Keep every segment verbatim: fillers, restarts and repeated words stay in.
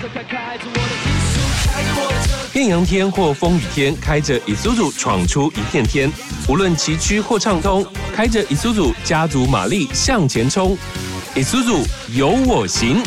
艳阳天或风雨天，开着 Isuzu 闯出一片天。无论崎岖或畅通，开着 Isuzu 家族马力向前冲。Isuzu 有我行。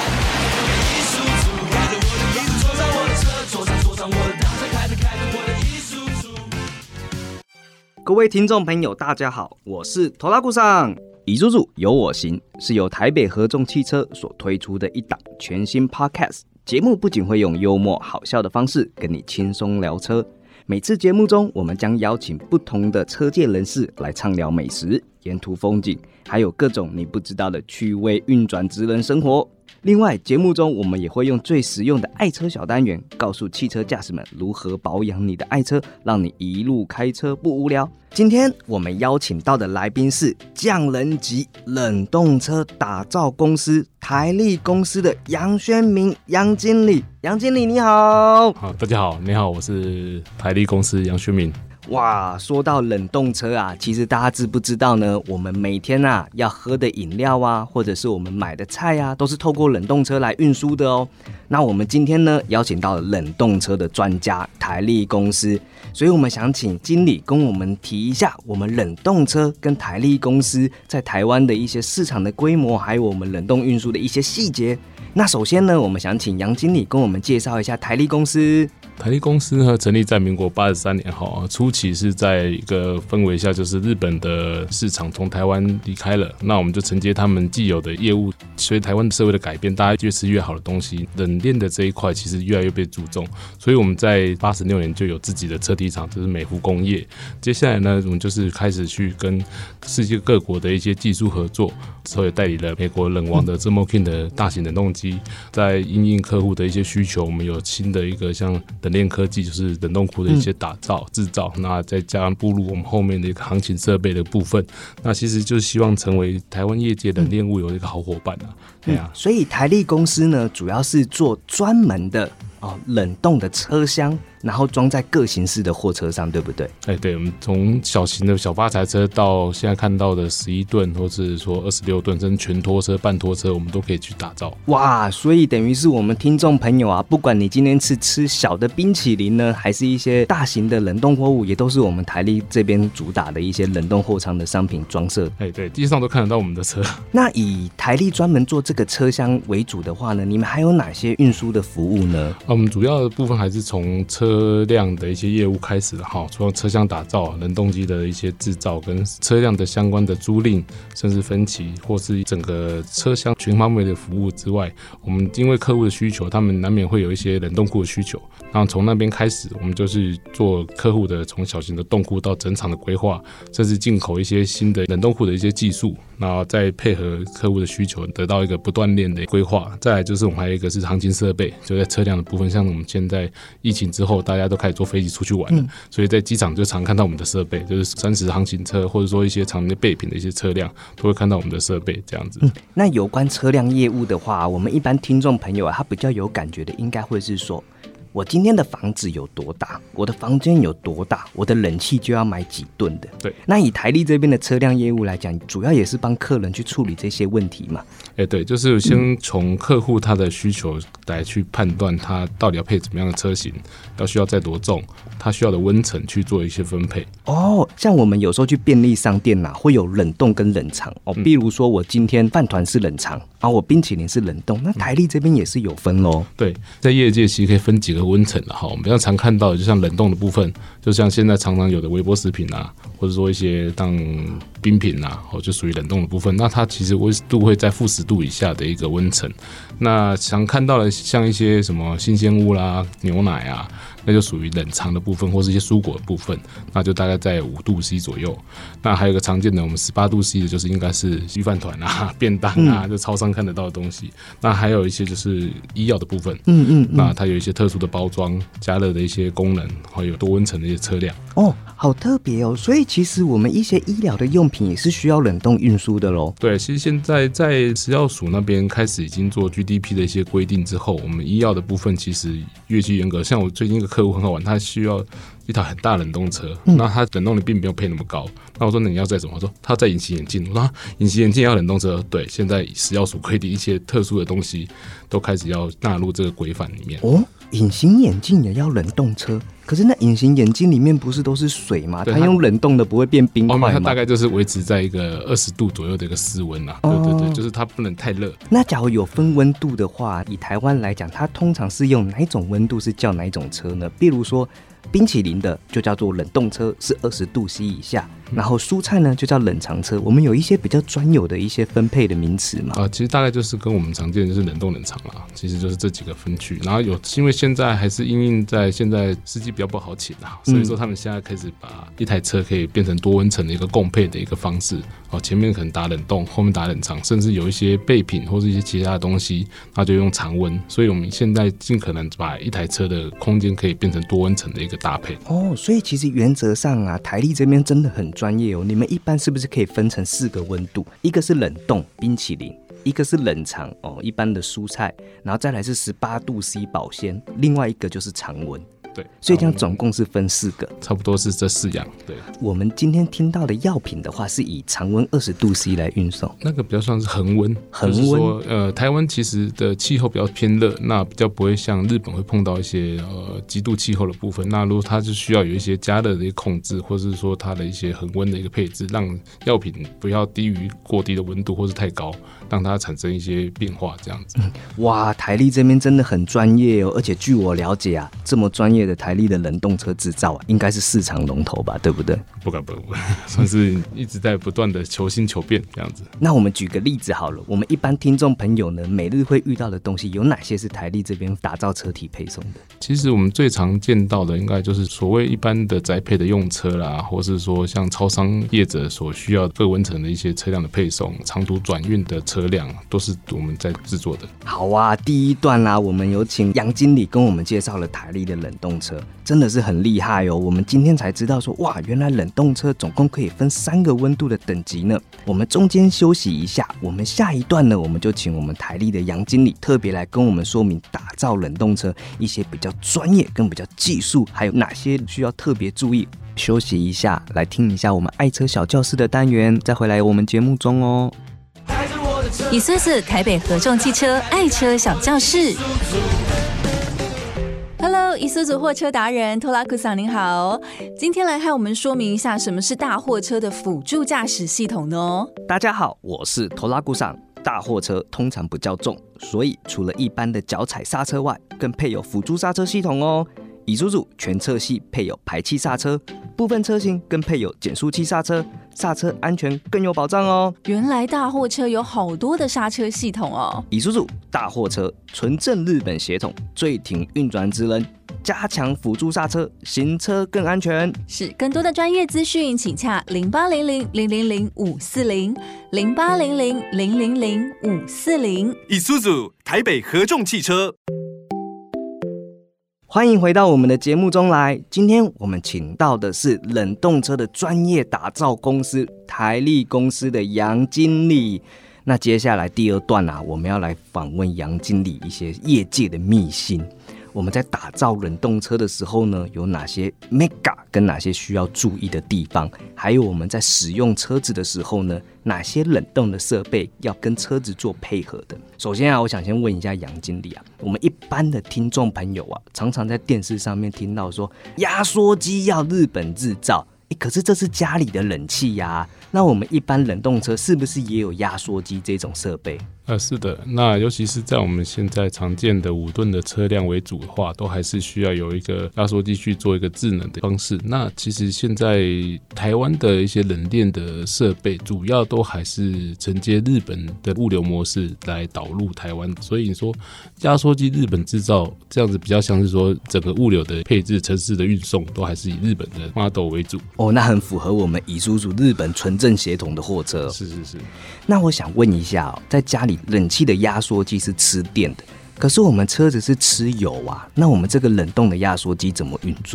各位听众朋友，大家好，我是拖拉库桑。Isuzu 有我行是由台北合众汽车所推出的一档全新 Podcast 节目，不仅会用幽默好笑的方式跟你轻松聊车，每次节目中我们将邀请不同的车界人士来畅聊美食、沿途风景，还有各种你不知道的趣味运转职人生活。另外，节目中我们也会用最实用的爱车小单元，告诉汽车驾驶们如何保养你的爱车，让你一路开车不无聊。今天我们邀请到的来宾是匠人级冷冻车打造公司台力公司的杨宣明杨经理。杨经理你好。 好，大家好，你好，我是台力公司杨宣明。 哇，说到冷冻车啊，其实大家知不知道呢？我们每天啊要喝的饮料啊，或者是我们买的菜啊，都是透过冷冻车来运输的哦。那我们今天呢，邀请到了冷冻车的专家台力公司，所以我们想请经理跟我们提一下我们冷冻车跟台力公司在台湾的一些市场的规模，还有我们冷冻运输的一些细节。那首先呢，我们想请杨经理跟我们介绍一下台力公司。 台力公司呢，成立在民国八十三年哈，初期是在一个氛围下，就是日本的市场从台湾离开了，那我们就承接他们既有的业务。随台湾社会的改变，大家越吃越好的东西，冷链的这一块其实越来越被注重，所以我们在八十六年就有自己的车体厂，就是美孚工业。接下来呢，我们就是开始去跟世界各国的一些技术合作，之后也代理了美国冷王的 Thermo King 的大型冷冻机，在因应客户的一些需求，我们有新的一个像冷链科技，就是冷冻库的一些打造制造，那再加上步入我们后面的一个航勤设备的部分，那其实就是希望成为台湾业界冷链物流的一个好伙伴啊。对啊， 所以台力公司呢，主要是做专门的哦冷冻的车厢，然后装在各型式的货车上，对不对？ 哎，对，我们从小型的小发财车到现在看到的十一吨，或是说二十六吨，甚至全拖车、半拖车，我们都可以去打造。 哇，所以等于是我们听众朋友啊，不管你今天是吃小的冰淇淋呢，还是一些大型的冷冻货物，也都是我们台力这边主打的一些冷冻货仓的商品装设。 哎，对，地上都看得到我们的车。 那以台力专门做这个车厢为主的话呢，你们还有哪些运输的服务呢？ 啊，我们主要的部分还是从车辆的一些业务开始的哈，除了车厢打造、冷冻机的一些制造跟车辆的相关的租赁，甚至分期或是整个车厢全方位的服务之外，我们因为客户的需求，他们难免会有一些冷冻库的需求，然后从那边开始，我们就是做客户的从小型的冻库到整场的规划，甚至进口一些新的冷冻库的一些技术，然后再配合客户的需求，得到一个不断链的规划。再来就是我们还有一个是航勤设备，就在车辆的部分，像我们现在疫情之后，大家都开始坐飞机出去玩了，嗯、所以在机场就常看到我们的设备，就是三十航勤车，或者说一些常年备品的一些车辆，都会看到我们的设备这样子。 嗯、那有关车辆业务的话，我们一般听众朋友啊，他比较有感觉的，应该会是说，我今天的房子有多大，我的房间有多大，我的冷气就要买几吨的。 对， 那以台力这边的车辆业务来讲，主要也是帮客人去处理这些问题嘛。 哎，对，就是先从客户他的需求来去判断他到底要配怎么样的车型，要需要载多重，他需要的温层去做一些分配。 哦，像我们有时候去便利商店啊，会有冷冻跟冷藏哦。比如说我今天饭团是冷藏，啊，我冰淇淋是冷冻，那台力这边也是有分咯。 对，在业界其实可以分几个温层了哈。我们比较常看到的，就像冷冻的部分，就像现在常常有的微波食品啊，或者说一些当冰品啊，就属于冷冻的部分。那它其实温度会在负十度以下的一个温层。那常看到的像一些什么新鲜物啦、牛奶啊，那就属于冷藏的部分，或是一些蔬果的部分，那就大概在五度 C 左右。那还有一个常见的，我们十八度 C 的，就是应该是鱼饭团啊、便当啊，嗯、就超商看得到的东西。那还有一些就是医药的部分，嗯嗯嗯，那它有一些特殊的包装、加热的一些功能，还有多温层的一些车辆。 哦，好特别哦！所以其实我们一些医疗的用品也是需要冷冻运输的咯。 对，其实现在在食药署那边开始已经做 G D P 的一些规定之后，我们医药的部分其实越趋严格。像我最近一个客户很好玩，他需要一台很大冷冻车，那、嗯、它冷冻的并没有配那么高。那我说那你要载什么？我说他载隐形眼镜。我说隐形眼镜要冷冻车，对，现在食药署规定一些特殊的东西都开始要纳入这个规范里面。 哦，隐形眼镜也要冷冻车？可是那隐形眼镜里面不是都是水吗？它用冷冻的不会变冰块吗？ 哦，它大概就是维持在一个二十度左右的一个室温啊。哦、对对对，就是它不能太热。 那假如有分温度的话，以台湾来讲，它通常是用哪一种温度是叫哪一种车呢？比如说冰淇淋的就叫做冷冻车，是二十度 C 以下。然后蔬菜呢就叫冷藏车。我们有一些比较专有的一些分配的名词嘛。 啊，其实大概就是跟我们常见的就是冷冻冷藏啦，其实就是这几个分区。然后有因为现在还是因应在现在司机比较不好请啊，所以说他们现在开始把一台车可以变成多温层的一个共配的一个方式。哦，前面可能打冷冻，后面打冷藏，甚至有一些备品或是一些其他的东西，那就用常温。所以我们现在尽可能把一台车的空间可以变成多温层的一个搭配。 哦，所以其实原则上啊，台立这边真的很专业哦。你们一般是不是可以分成四个温度？一个是冷冻冰淇淋，一个是冷藏哦，一般的蔬菜，然后再来是十八度 C 保鲜，另外一个就是常温。 对， 所以这样总共是分四个， 差不多是这四样。对， 我们今天听到的药品的话，是以常温二十度 C 来运送， 那个比较算是恒温。 恒温， 就是说，呃，台湾其实的气候比较偏热，那比较不会像日本会碰到一些呃极度气候的部分。那如果它就需要有一些加热的一个控制，或是说它的一些恒温的一个配置，让药品不要低于过低的温度，或是太高，让它产生一些变化，这样子。 嗯、哇，台立这边真的很专业哦，而且据我了解啊，这么专业的台立的冷冻车制造啊，应该是市场龙头吧，对不对？ 不敢不敢，算是一直在不断的求新求变这样子。 那我们举个例子好了，我们一般听众朋友呢，每日会遇到的东西有哪些是台立这边打造车体配送的？ 其实我们最常见到的，应该就是所谓一般的宅配的用车啦，或是说像超商业者所需要各温层的一些车辆的配送，长途转运的车辆，都是我们在制作的。 好啊，第一段啊，我们有请杨经理跟我们介绍了台立的冷冻车，真的是很厉害哦。我们今天才知道说，哇，原来冷冻车总共可以分三个温度的等级呢。我们中间休息一下，我们下一段呢，我们就请我们台立的杨经理特别来跟我们说明打造冷冻车一些比较专业跟比较技术，还有哪些需要特别注意。休息一下，来听一下我们爱车小教室的单元，再回来我们节目中哦。 以苏苏台北合众汽车爱车小教室。Hello， 以苏苏货车达人托拉库桑您好，今天来和我们说明一下什么是大货车的辅助驾驶系统呢？ 大家好，我是托拉库桑。大货车通常不较重，所以除了一般的脚踩刹车外，更配有辅助刹车系统哦。以苏苏全车系配有排气刹车，部分车型更配有减速器刹车，刹车安全更有保障哦。 原来大货车有好多的刹车系统哦。 以苏苏大货车纯正日本血统，最挺运转之人，加强辅助刹车，行车更安全。 是，更多的专业资讯，请洽零八零零零零零五四零零八零零零零零五四零。 以苏苏台北合众汽车。 欢迎回到我们的节目中来。今天我们请到的是冷冻车的专业打造公司台立公司的杨经理。那接下来第二段啊，我们要来访问杨经理一些业界的秘辛。我们在打造冷冻车的时候呢，有哪些 mega 跟哪些需要注意的地方？还有我们在使用车子的时候呢，哪些冷冻的设备要跟车子做配合的？首先啊，我想先问一下杨经理啊，我们一般的听众朋友啊，常常在电视上面听到说压缩机要日本制造，欸，可是这是家里的冷气呀，啊，那我们一般冷冻车是不是也有压缩机这种设备？ 呃，是的，那尤其是在我们现在常见的五吨的车辆为主的话，都还是需要有一个压缩机去做一个智能的方式。那其实现在台湾的一些冷链的设备，主要都还是承接日本的物流模式来导入台湾，所以你说压缩机日本制造这样子，比较像是说整个物流的配置、城市的运送，都还是以日本的 model 为主。 哦，那很符合我们以苏苏日本纯正血统的货车，哦。 是是是。 那我想问一下，哦，在家里冷气的压缩机是吃电的，可是我们车子是吃油啊，那我们这个冷冻的压缩机怎么运作？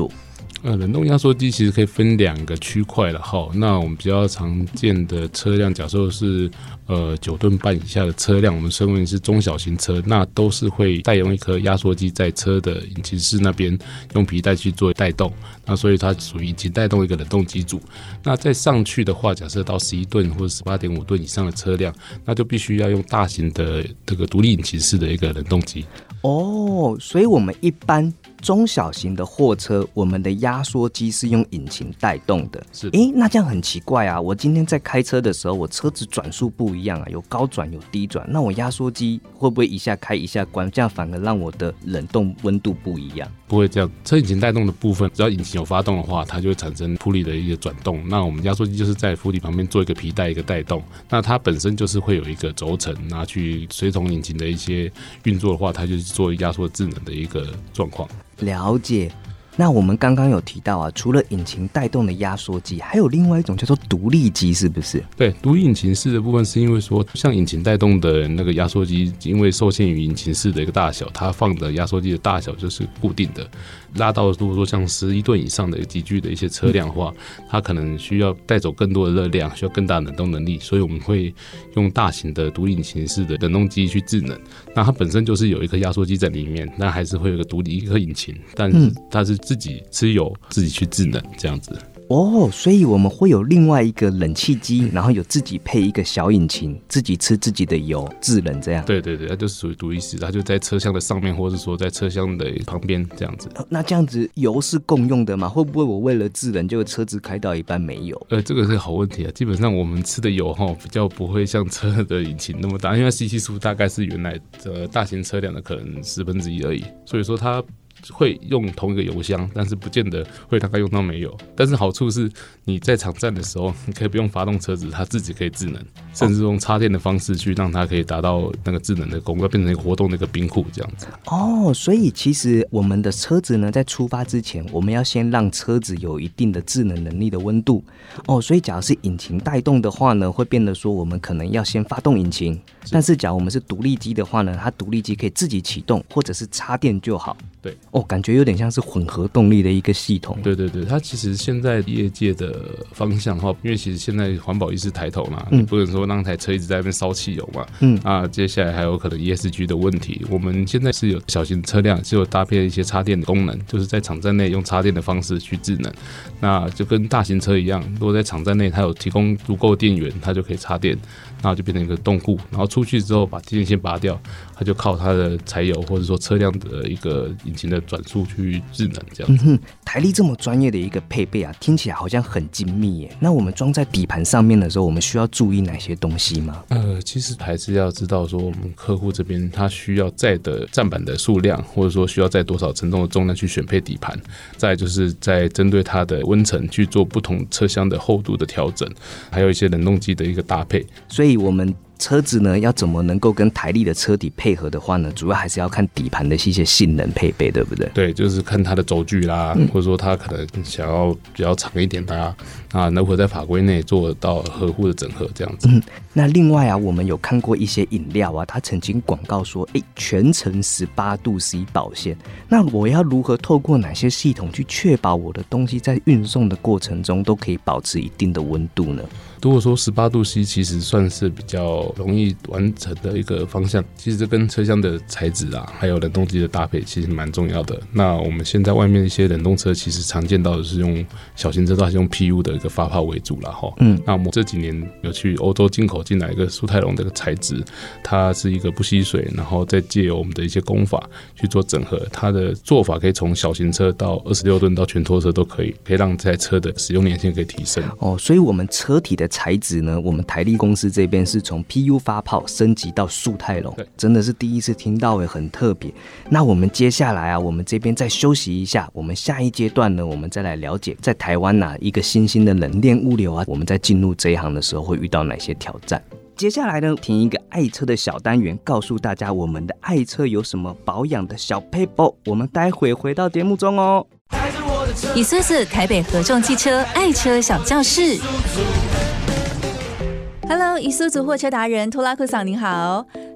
呃，冷冻压缩机其实可以分两个区块了哈。那我们比较常见的车辆，假设是呃九吨半以下的车辆，我们称为是中小型车，那都是会带用一颗压缩机在车的引擎室那边用皮带去做带动，那所以它属于引擎带动一个冷冻机组。那再上去的话，假设到十一吨或者 十八点五吨以上的车辆，那就必须要用大型的这个独立引擎室的一个冷冻机。 哦，所以我们一般中小型的货车，我们的压缩机是用引擎带动的。 是， 诶，那这样很奇怪啊！我今天在开车的时候，我车子转速不一样啊，有高转有低转，那我压缩机会不会一下开一下关？这样反而让我的冷冻温度不一样？ 不会这样，车引擎带动的部分，只要引擎有发动的话，它就会产生浮力的一个转动。那我们压缩机就是在浮力旁边做一个皮带一个带动，那它本身就是会有一个轴承，拿去随从引擎的一些运作的话，它就是做压缩智能的一个状况。 了解。那我们刚刚有提到啊，除了引擎带动的压缩机，还有另外一种叫做独立机，是不是？ 对，独立引擎室的部分是因为说，像引擎带动的那个压缩机，因为受限于引擎室的一个大小，它放的压缩机的大小就是固定的。拉到如果说像十一吨以上的集聚的一些车辆的话，它可能需要带走更多的热量，需要更大的冷冻能力，所以我们会用大型的独立引擎室的冷冻机去制冷。那它本身就是有一颗压缩机在里面，那还是会有一个独立一颗引擎，但是它是自己吃油自己去制冷这样子。 哦，所以我们会有另外一个冷气机，然后有自己配一个小引擎，自己吃自己的油制冷这样。 对对对，它就是属于独立式，它就在车厢的上面，或者说在车厢的旁边这样子。 那这样子油是共用的吗？会不会我为了制冷，结果车子开到一半没油？ 呃，这个是好问题啊。基本上我们吃的油哈，比较不会像车的引擎那么大，因为 C C 数大概是原来的大型车辆的可能十分之一而已，所以说它会用同一个油箱，但是不见得会大概用到没油。但是好处是你在场站的时候，你可以不用发动车子，它自己可以制能，甚至用插电的方式去让它可以达到那个制能的功能，变成一个活动的一个冰库这样子。 哦，所以其实我们的车子呢，在出发之前，我们要先让车子有一定的制能能力的温度。哦，所以假如是引擎带动的话呢，会变得说我们可能要先发动引擎，但是假如我们是独立机的话呢，它独立机可以自己启动，或者是插电就好。 对， 哦，感觉有点像是混合动力的一个系统。 对对对，它其实现在业界的方向哈，因为其实现在环保意识抬头嘛，嗯、你不能说让台车一直在那边烧汽油嘛，嗯，啊，接下来还有可能 E S G 的问题。我们现在是有小型车辆是有搭配一些插电的功能，就是在场站内用插电的方式去制能，那就跟大型车一样，如果在场站内它有提供足够的电源，它就可以插电，然后就变成一个冻库，然后出去之后把电线拔掉，它就靠它的柴油或者说车辆的一个引擎的转速去制能这样子。 嗯哼，台力这么专业的一个配备啊，听起来好像很精密耶。那我们装在底盘上面的时候，我们需要注意哪些东西吗？ 呃，其实还是要知道说，我们客户这边他需要载的站板的数量，或者说需要载多少承重的重量去选配底盘。再来就是在针对它的温层去做不同车厢的厚度的调整，还有一些冷冻机的一个搭配。 所以我们车子呢，要怎么能够跟台力的车底配合的话呢，主要还是要看底盘的一些性能配备，对不对？ 对，就是看它的轴距啦，嗯、或者说它可能想要比较长一点的啊，啊，能否在法规内做到合乎的整合这样子。 嗯，那另外啊，我们有看过一些饮料啊，它曾经广告说，哎，全程十八度 C 保鲜。那我要如何透过哪些系统去确保我的东西在运送的过程中都可以保持一定的温度呢？ 如果说十八度 C 其实算是比较容易完成的一个方向，其实这跟车厢的材质啊，还有冷冻机的搭配其实蛮重要的。那我们现在外面一些冷冻车其实常见到的是用小型车都还是用 P U 的一个发泡为主啦齁。嗯，那我们这几年有去欧洲进口进来一个舒泰龙的一个材质，它是一个不吸水，然后再借由我们的一些工法去做整合，它的做法可以从小型车到二十六吨到全拖车都可以，可以让这台车的使用年限可以提升。 哦，所以我们车体的材质呢，我们台力公司这边是从 P U 发泡升级到速泰龙，真的是第一次听到耶，很特别。那我们接下来啊，我们这边再休息一下，我们下一阶段呢，我们再来了解在台湾啊一个新兴的冷链物流啊，我们在进入这一行的时候会遇到哪些挑战。接下来呢，听一个爱车的小单元，告诉大家我们的爱车有什么保养的小撇步，我们待会回到节目中哦。 以苏子台北合众汽车爱车小教室。Hello， 以苏组货车达人拖拉库桑您好。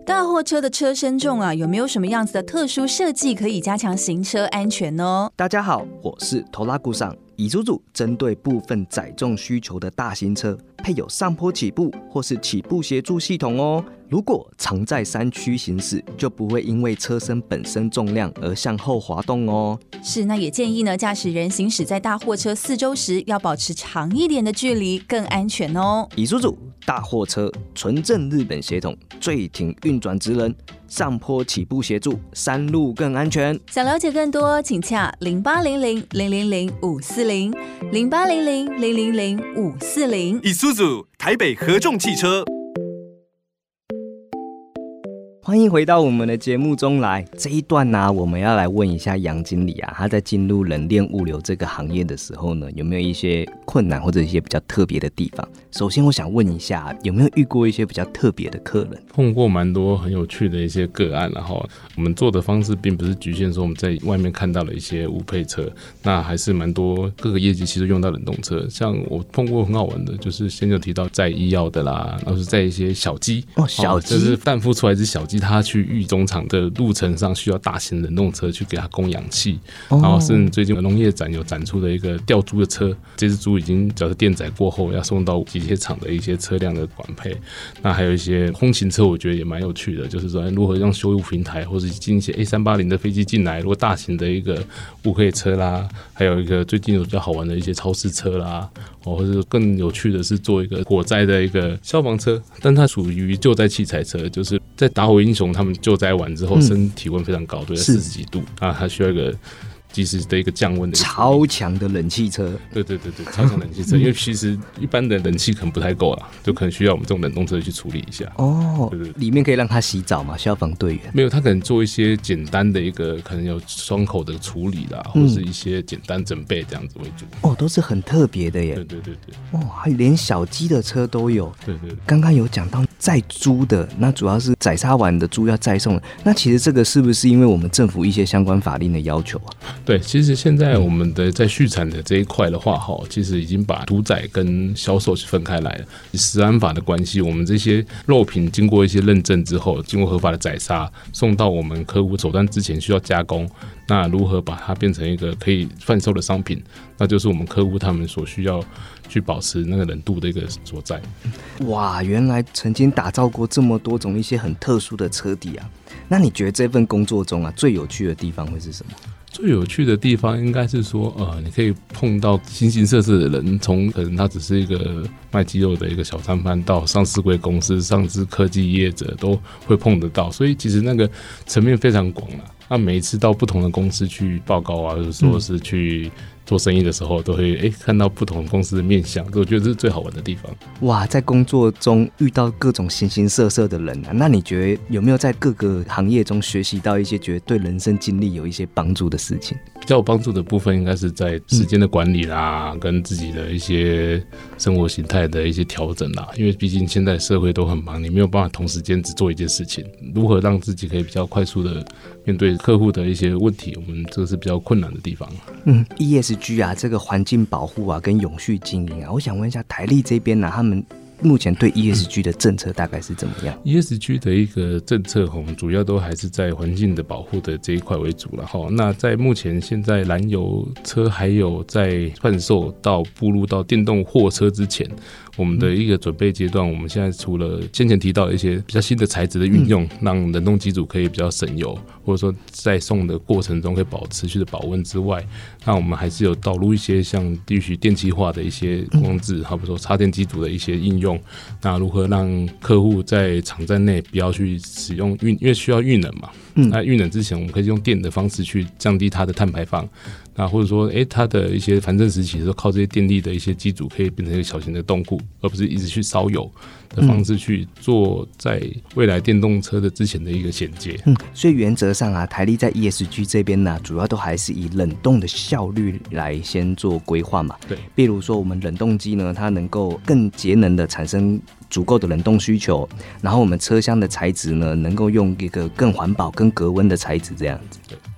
大货车的车身重啊，有没有什么样子的特殊设计可以加强行车安全呢？ 大家好，我是头拉顾上。乙叔祖针对部分载重需求的大型车，配有上坡起步或是起步协助系统哦。如果常在山区行驶，就不会因为车身本身重量而向后滑动哦。 是，那也建议呢，驾驶人行驶在大货车四周时，要保持长一点的距离，更安全哦。 乙叔祖大货车纯正日本协同，最挺运转职能，上坡起步协助，山路更安全。 想了解更多，请洽零八零零零零零五四零零八零零零零零五四零。 乙苏组台北合众汽车。 欢迎回到我们的节目中来。这一段呢、啊，我们要来问一下杨经理啊，他在进入冷链物流这个行业的时候呢，有没有一些困难或者一些比较特别的地方？首先，我想问一下，有没有遇过一些比较特别的客人？ 碰过蛮多很有趣的一些个案，然后我们做的方式并不是局限说我们在外面看到了一些无配车，那还是蛮多各个业绩其实用到冷冻车。像我碰过很好玩的，就是先就提到在医药的啦，然后是在一些小鸡哦，小鸡、哦、 就是蛋孵出来一只小鸡。他去育种场的路程上需要大型冷冻车去给他供氧气，哦、然后甚至最近农业展有展出的一个吊猪的车，这只猪已经只要是电载过后要送到机械厂的一些车辆的管配。那还有一些轰禽车，我觉得也蛮有趣的，就是说如何让修路平台或者进一些 A 三八零的飞机进来，如果大型的一个物配车啦，还有一个最近有比较好玩的一些超市车啦，哦，或者更有趣的是做一个火灾的一个消防车，但它属于救灾器材车，就是在打火英雄他们救灾完之后，身体温非常高，对，四十几度啊，它需要一个及时的一个降温的超强的冷气车。 对对对对，超强冷气车，因为其实一般的冷气可能不太够啦，就可能需要我们这种冷冻车去处理一下。 哦， 对对对， 里面可以让他洗澡嘛？消防队员没有，他可能做一些简单的一个可能有窗口的处理啦，或是一些简单整备这样子为主。 哦，都是很特别的耶。 对对对对， 哦，还连小鸡的车都有。 对对对， 刚刚有讲到载猪的，那主要是宰杀完的猪要再送的，那其实这个是不是因为我们政府一些相关法令的要求啊？ 对，其实现在我们的在畜产的这一块的话，哈，其实已经把屠宰跟销售是分开来了。食安法的关系，我们这些肉品经过一些认证之后，经过合法的宰杀，送到我们客户手端之前需要加工。那如何把它变成一个可以贩售的商品，那就是我们客户他们所需要去保持那个冷度的一个所在。 哇，原来曾经打造过这么多种一些很特殊的车底啊！那你觉得这份工作中啊，最有趣的地方会是什么？ 最有趣的地方应该是说，呃，你可以碰到形形色色的人，从可能他只是一个卖鸡肉的一个小摊贩，到上市柜公司、上市科技业者都会碰得到，所以其实那个层面非常广啦。那每一次到不同的公司去报告啊，或者说是去做生意的时候，都会哎看到不同公司的面向，我觉得这是最好玩的地方。哇， 在工作中遇到各种形形色色的人啊，那你觉得有没有在各个行业中学习到一些觉得对人生经历有一些帮助的事情？ 比较有帮助的部分应该是在时间的管理啦、嗯，跟自己的一些生活形态的一些调整啦。因为毕竟现在社会都很忙，你没有办法同时间只做一件事情。如何让自己可以比较快速的面对客户的一些问题，我们这个是比较困难的地方。 嗯 ，E S G 啊，这个环境保护啊，跟永续经营啊，我想问一下台力这边呢、啊，他们目前对 E S G 的政策大概是怎么样、 嗯、？E S G 的一个政策，我们主要都还是在环境的保护的这一块为主了哈。那在目前现在燃油车还有在贩售到步入到电动货车之前，我们的一个准备阶段，我们现在除了先前提到的一些比较新的材质的运用，让冷冻机组可以比较省油，或者说在送的过程中可以保持续的保温之外，那我们还是有导入一些像必须电气化的一些装置，好比说插电机组的一些应用。那如何让客户在场站内不要去使用运，因为需要遇冷嘛。那遇冷之前，我们可以用电的方式去降低它的碳排放。那或者说，哎、欸，它的一些繁盛时期的时候，靠这些电力的一些机组，可以变成一个小型的冻库，而不是一直去烧油的方式去做在未来电动车的之前的一个衔接。 嗯，所以原则上啊，台力在 E S G 这边呢、啊，主要都还是以冷冻的效率来先做规划嘛。 对， 比如说我们冷冻机呢，它能够更节能的产生足够的冷冻需求，然后我们车厢的材质呢，能够用一个更环保、更隔温的材质这样子。 对。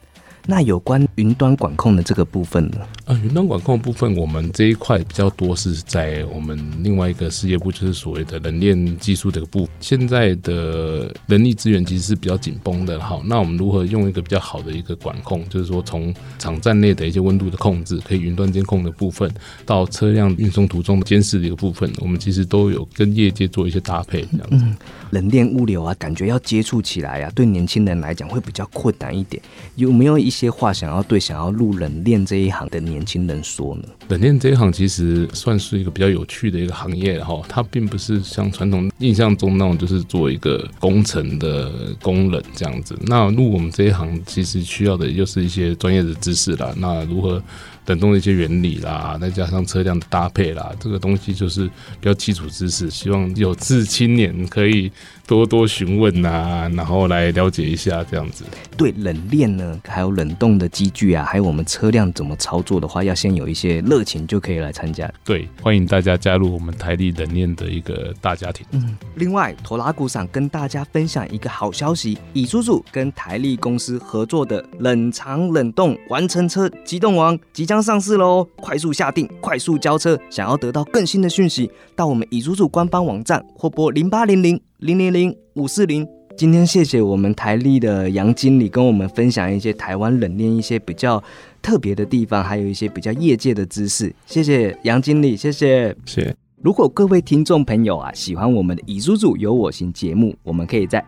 那有关云端管控的这个部分呢？ 啊，云端管控的部分，我们这一块比较多是在我们另外一个事业部，就是所谓的冷链技术的部分。现在的人力资源其实是比较紧绷的，好，那我们如何用一个比较好的一个管控，就是说从场站内的一些温度的控制，可以云端监控的部分，到车辆运送途中的监视的一个部分，我们其实都有跟业界做一些搭配，这样子。 嗯，冷链物流啊，感觉要接触起来啊，对年轻人来讲会比较困难一点。有没有一些话想要对想要入冷链这一行的年轻人说呢？ 冷链这一行其实算是一个比较有趣的一个行业，它并不是像传统印象中那种就是做一个工程的工人这样子。那入我们这一行其实需要的就是一些专业的知识啦，那如何冷冻的一些原理啦，再加上车辆的搭配啦，这个东西就是比较基础知识，希望有志青年可以多多询问啊，然后来了解一下这样子。 对冷链呢，还有冷冻的机具啊，还有我们车辆怎么操作的话，要先有一些热情就可以来参加。 对，欢迎大家加入我们台力冷链的一个大家庭。 嗯，另外，拖拉股想跟大家分享一个好消息，以叔叔跟台力公司合作的冷藏冷冻完成车机动王即将上市喽！快速下定，快速交车。想要得到更新的讯息，到我们以叔叔官方网站或拨零八零零零零零五四零。今天谢谢我们台力的杨经理跟我们分享一些台湾冷链一些比较特别的地方，还有一些比较业界的知识。谢谢杨经理，谢谢。 谢谢。 如果各位听众朋友啊喜欢我们的以叔叔有我行节目，我们可以在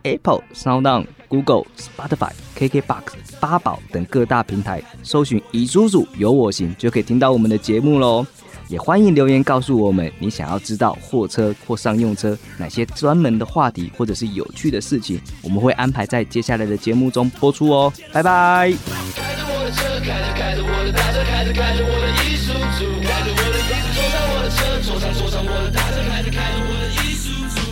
Apple、SoundOn、Google、Spotify、K K B O X、八宝等各大平台搜寻以叔叔有我行，就可以听到我们的节目咯。也欢迎留言告诉我们你想要知道货车或商用车哪些专门的话题或者是有趣的事情，我们会安排在接下来的节目中播出哦。拜拜。 开着我的车，开着开着我的大车，开着开着我的艺术组，开着我的车，坐上我的车，坐上坐上我的大车，开着开着我的艺术组。